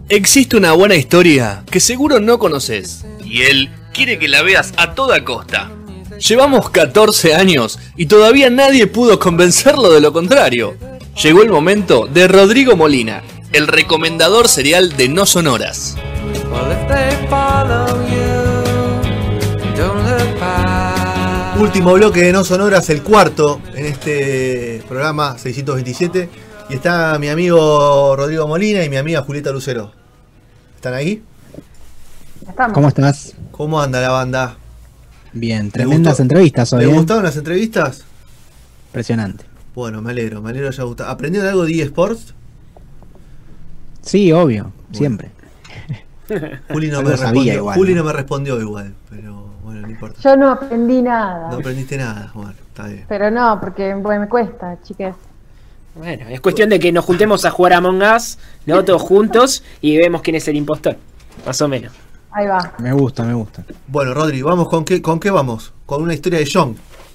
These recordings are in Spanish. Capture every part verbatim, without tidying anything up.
Existe una buena historia que seguro no conoces y él quiere que la veas a toda costa. Llevamos catorce años y todavía nadie pudo convencerlo de lo contrario. Llegó el momento de Rodrigo Molina, el recomendador serial de No Sonoras. Último bloque de No Sonoras, el cuarto en este programa seiscientos veintisiete. Y está mi amigo Rodrigo Molina y mi amiga Julieta Lucero. ¿Están ahí? Estamos. ¿Cómo estás? ¿Cómo anda la banda? Bien, tremendas entrevistas hoy. ¿Les ¿eh? gustaron las entrevistas? Impresionante. Bueno, me alegro, me alegro que haya gustado. ¿Aprendieron algo de eSports? Sí, obvio, Bueno. Siempre. Juli no, Yo me lo sabía respondió, igual, Juli ¿no? no me respondió igual, pero bueno, no importa. Yo no aprendí nada. No aprendiste nada, bueno, está bien. Pero no, porque bueno, me cuesta, chicas. Bueno, es cuestión de que nos juntemos a jugar a Among Us, ¿no? Todos juntos y vemos quién es el impostor. Más o menos. Ahí va. Me gusta, me gusta. Bueno, Rodri, ¿vamos con qué, con qué vamos? Con una historia de John.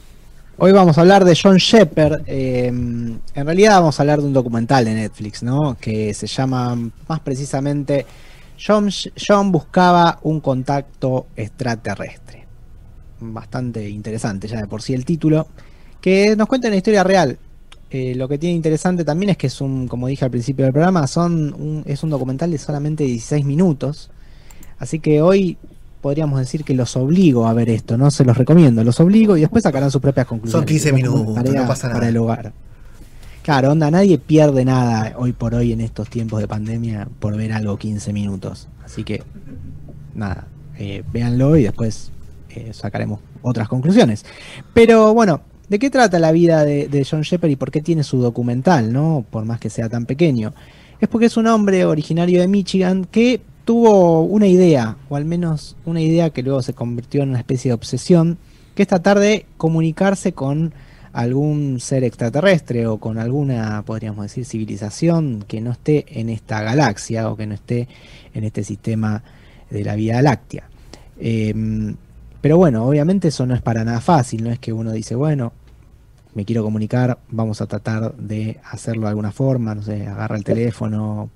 Hoy vamos a hablar de John Shepherd. Eh, en realidad vamos a hablar de un documental de Netflix, ¿no? Que se llama, más precisamente, John, John buscaba un contacto extraterrestre. Bastante interesante ya de por sí el título. Que nos cuenta una historia real. Eh, lo que tiene interesante también es que es un, como dije al principio del programa, son un, es un documental de solamente dieciséis minutos. Así que hoy podríamos decir que los obligo a ver esto, no se los recomiendo, los obligo y después sacarán sus propias conclusiones. Son quince minutos, no pasa nada. Para el hogar. Claro, onda, nadie pierde nada hoy por hoy en estos tiempos de pandemia por ver algo quince minutos. Así que, nada, eh, véanlo y después eh, sacaremos otras conclusiones. Pero bueno, ¿de qué trata la vida de, de John Shepherd y por qué tiene su documental, no? Por más que sea tan pequeño. Es porque es un hombre originario de Michigan que tuvo una idea, o al menos una idea que luego se convirtió en una especie de obsesión, que es tratar de comunicarse con algún ser extraterrestre o con alguna, podríamos decir, civilización que no esté en esta galaxia o que no esté en este sistema de la Vía Láctea. Eh, pero bueno, obviamente eso no es para nada fácil, no es que uno dice, bueno, me quiero comunicar, vamos a tratar de hacerlo de alguna forma, no sé, agarra el teléfono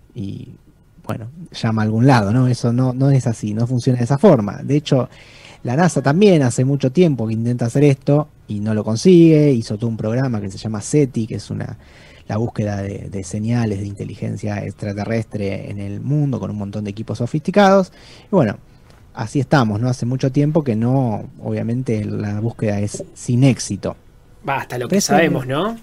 y bueno, llama a algún lado, ¿no? Eso no, no es así, no funciona de esa forma. De hecho, la NASA también hace mucho tiempo que intenta hacer esto y no lo consigue. Hizo todo un programa que se llama SETI, que es una la búsqueda de, de señales de inteligencia extraterrestre en el mundo con un montón de equipos sofisticados. Y bueno, así estamos, ¿no? Hace mucho tiempo que no, obviamente la búsqueda es sin éxito. Basta lo que Eso, sabemos, ¿no?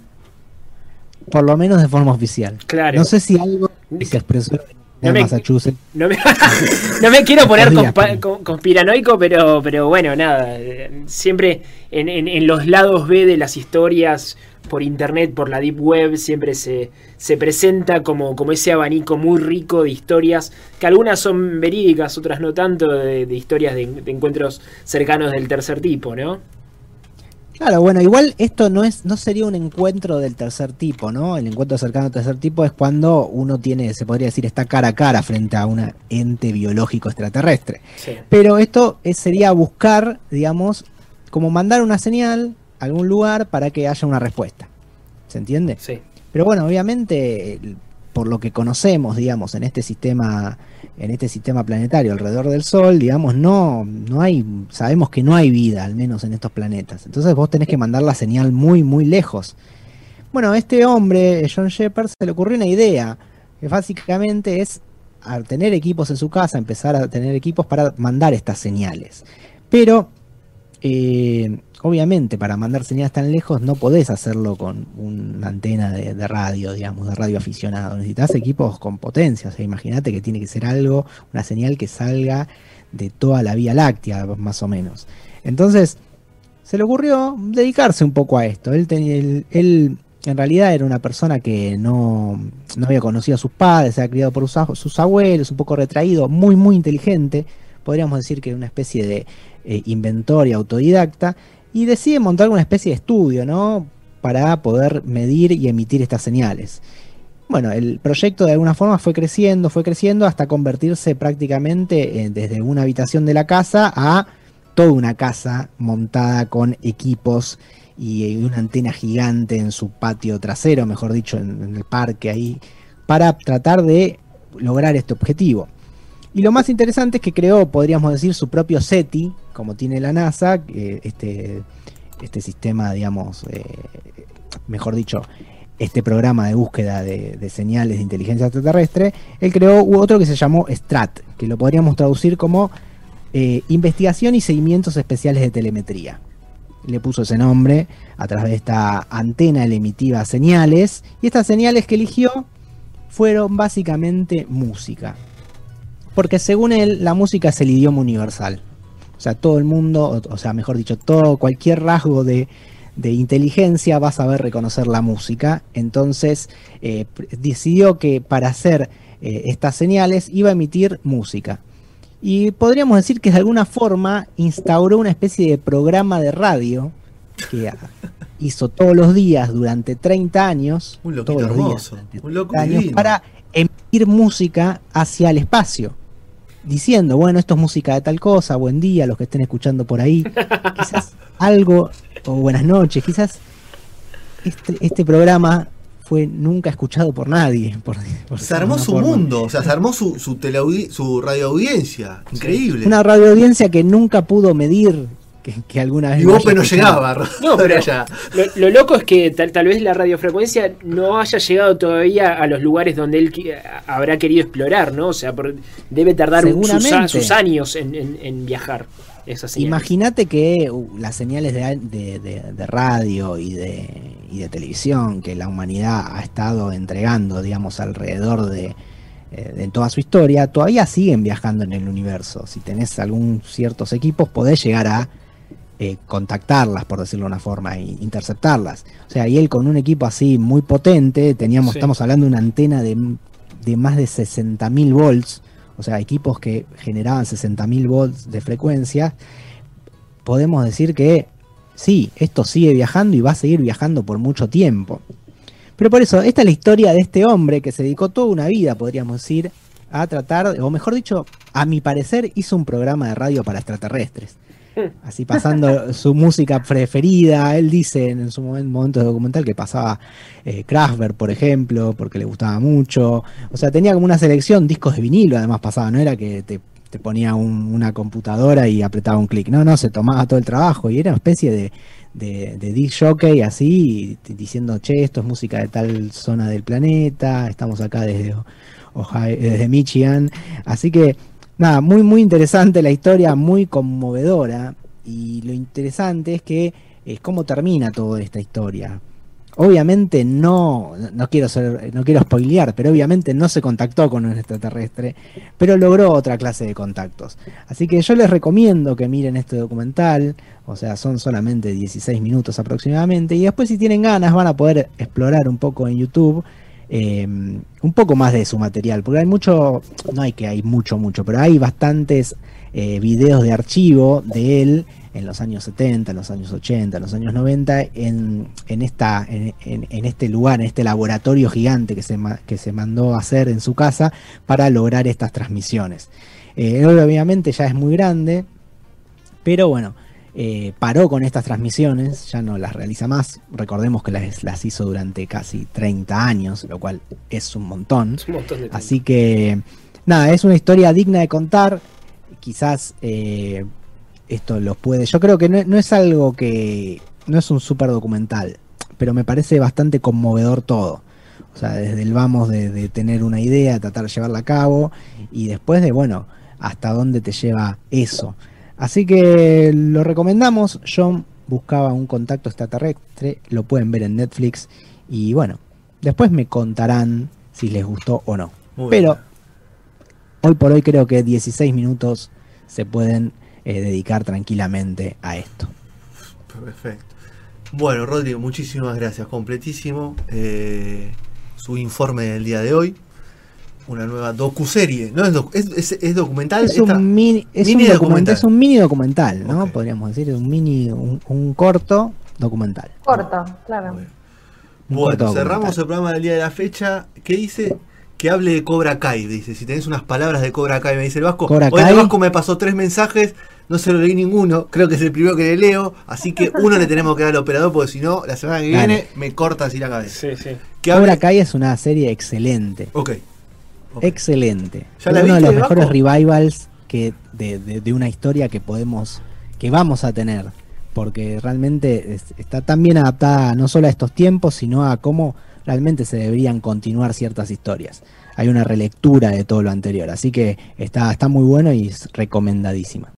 Por lo menos de forma oficial. Claro. No sé si algo se expresó No en me, Massachusetts. No me, no me quiero poner Podría, conspa, con, conspiranoico, pero, pero bueno, nada. Siempre en, en, en los lados B de las historias por internet, por la deep web, siempre se, se presenta como, como ese abanico muy rico de historias, que algunas son verídicas, otras no tanto, de, de historias de, de encuentros cercanos del tercer tipo, ¿no? Claro, bueno, igual esto no es, no sería un encuentro del tercer tipo, ¿no? El encuentro cercano del tercer tipo es cuando uno tiene, se podría decir, está cara a cara frente a un ente biológico extraterrestre. Sí. Pero esto es, sería buscar, digamos, como mandar una señal a algún lugar para que haya una respuesta. ¿Se entiende? Sí. Pero bueno, obviamente, por lo que conocemos, digamos, en este sistema, en este sistema planetario alrededor del Sol, digamos, no, no hay, sabemos que no hay vida, al menos en estos planetas. Entonces vos tenés que mandar la señal muy, muy lejos. Bueno, a este hombre, John Shepherd, se le ocurrió una idea, que básicamente es, al tener equipos en su casa, empezar a tener equipos para mandar estas señales. Pero, eh, obviamente, para mandar señales tan lejos no podés hacerlo con una antena de, de radio, digamos, de radio aficionado. Necesitas equipos con potencia. O sea, imagínate que tiene que ser algo, una señal que salga de toda la Vía Láctea, más o menos. Entonces, se le ocurrió dedicarse un poco a esto. Él, tenía, él, él en realidad era una persona que no, no había conocido a sus padres, se había criado por sus, sus abuelos, un poco retraído, muy, muy inteligente. Podríamos decir que era una especie de eh, inventor y autodidacta. Y decide montar una especie de estudio, ¿no? Para poder medir y emitir estas señales. Bueno, el proyecto de alguna forma fue creciendo, fue creciendo hasta convertirse prácticamente eh, desde una habitación de la casa a toda una casa montada con equipos y, y una antena gigante en su patio trasero, mejor dicho, en, en el parque ahí, para tratar de lograr este objetivo. Y lo más interesante es que creó, podríamos decir, su propio SETI, como tiene la NASA, eh, este, este sistema, digamos, eh, mejor dicho, este programa de búsqueda de, de señales de inteligencia extraterrestre. Él creó otro que se llamó STRAT, que lo podríamos traducir como eh, Investigación y Seguimientos Especiales de Telemetría. Le puso ese nombre a través de esta antena le emitía señales, y estas señales que eligió fueron básicamente música, porque según él la música es el idioma universal. O sea, todo el mundo, o, o sea, mejor dicho, todo, cualquier rasgo de, de inteligencia va a saber reconocer la música. Entonces eh, decidió que para hacer eh, estas señales iba a emitir música. Y podríamos decir que de alguna forma instauró una especie de programa de radio que hizo todos los días durante treinta años, un loquito todos los hermoso, días, un loco años, divino, para emitir música hacia el espacio, diciendo, bueno, esto es música de tal cosa, buen día, los que estén escuchando por ahí, quizás algo, o buenas noches, quizás este, este programa fue nunca escuchado por nadie. Por, por se armó su forma. mundo, o sea, se armó su, su, teleaudi su radioaudiencia, increíble. Una radioaudiencia que nunca pudo medir que, que alguna vez... Y vos no llegaba, no, pero allá. Lo, lo loco es que tal, tal vez la radiofrecuencia no haya llegado todavía a los lugares donde él habrá querido explorar, ¿no? O sea, por, debe tardar un, sus, sus años en, en, en viajar. Imagínate que uh, las señales de, de, de, de radio y de, y de televisión que la humanidad ha estado entregando, digamos, alrededor de, eh, de toda su historia, todavía siguen viajando en el universo. Si tenés algún ciertos equipos, podés llegar a eh, contactarlas, por decirlo de una forma, e interceptarlas. O sea, y él con un equipo así muy potente, teníamos, sí. estamos hablando de una antena de, de más de sesenta mil volts, o sea, equipos que generaban sesenta mil volts de frecuencia. Podemos decir que sí, esto sigue viajando y va a seguir viajando por mucho tiempo. Pero por eso, esta es la historia de este hombre que se dedicó toda una vida, podríamos decir, a tratar, o mejor dicho, a mi parecer, hizo un programa de radio para extraterrestres. Así pasando su música preferida. Él dice en su momento de documental que pasaba eh, Kraftwerk, por ejemplo, porque le gustaba mucho. O sea, tenía como una selección, discos de vinilo además pasaba, no era que te, te ponía un, una computadora y apretaba un clic, no, no, se tomaba todo el trabajo y era una especie de, de, de disc jockey así, diciendo, che, esto es música de tal zona del planeta, estamos acá desde, Ohio, desde Michigan, así que nada, muy muy interesante la historia, muy conmovedora, y lo interesante es que es cómo termina toda esta historia. Obviamente no, no quiero ser, no quiero spoilear, pero obviamente no se contactó con un extraterrestre, pero logró otra clase de contactos. Así que yo les recomiendo que miren este documental, o sea, son solamente dieciséis minutos aproximadamente, y después si tienen ganas van a poder explorar un poco en YouTube. Eh, un poco más de su material, porque hay mucho, no hay que hay mucho, mucho, pero hay bastantes eh, videos de archivo de él en los años setenta, en los años ochenta, en los años noventa, en, en, esta, en, en, en este lugar, en este laboratorio gigante que se, que se mandó a hacer en su casa para lograr estas transmisiones. Eh, obviamente ya es muy grande, pero bueno, Eh, paró con estas transmisiones, ya no las realiza más. Recordemos que las, las hizo durante casi treinta años, lo cual es un montón. Es un montón de Así que, nada, es una historia digna de contar. Quizás eh, esto los puede... Yo creo que no, no es algo que... No es un super documental, pero me parece bastante conmovedor todo. O sea, desde el vamos de, de tener una idea, tratar de llevarla a cabo, y después de, bueno, hasta dónde te lleva eso. Así que lo recomendamos. John buscaba un contacto extraterrestre, lo pueden ver en Netflix y bueno, después me contarán si les gustó o no. Muy Pero bien. Hoy por hoy creo que dieciséis minutos se pueden eh, dedicar tranquilamente a esto. Perfecto. Bueno, Rodrigo, muchísimas gracias, completísimo eh, su informe del día de hoy. Una nueva docuserie, ¿no? Es, doc es, es, es documental. Es un mini, es mini un documental. Es un mini documental, ¿no? Okay. Podríamos decir, es un mini, un, un corto documental. Corto, claro. Bueno, bueno cerramos el programa del día de la fecha. ¿Qué dice? Que hable de Cobra Kai, dice. Si tenés unas palabras de Cobra Kai, me dice el Vasco. Hoy el Vasco me pasó tres mensajes, no se lo leí ninguno. Creo que es el primero que le leo. Así que uno le tenemos que dar al operador, porque si no, la semana que viene me corta así la cabeza. Sí, sí. Cobra Kai es una serie excelente. Ok. Ok. Excelente. ¿Ya Es la uno de viste, los mejores Vasco? revivals que de, de- de una historia que podemos, que vamos a tener, porque realmente es- está tan bien adaptada no solo a estos tiempos, sino a cómo realmente se deberían continuar ciertas historias. Hay una relectura de todo lo anterior, así que está, está muy bueno y es recomendadísima.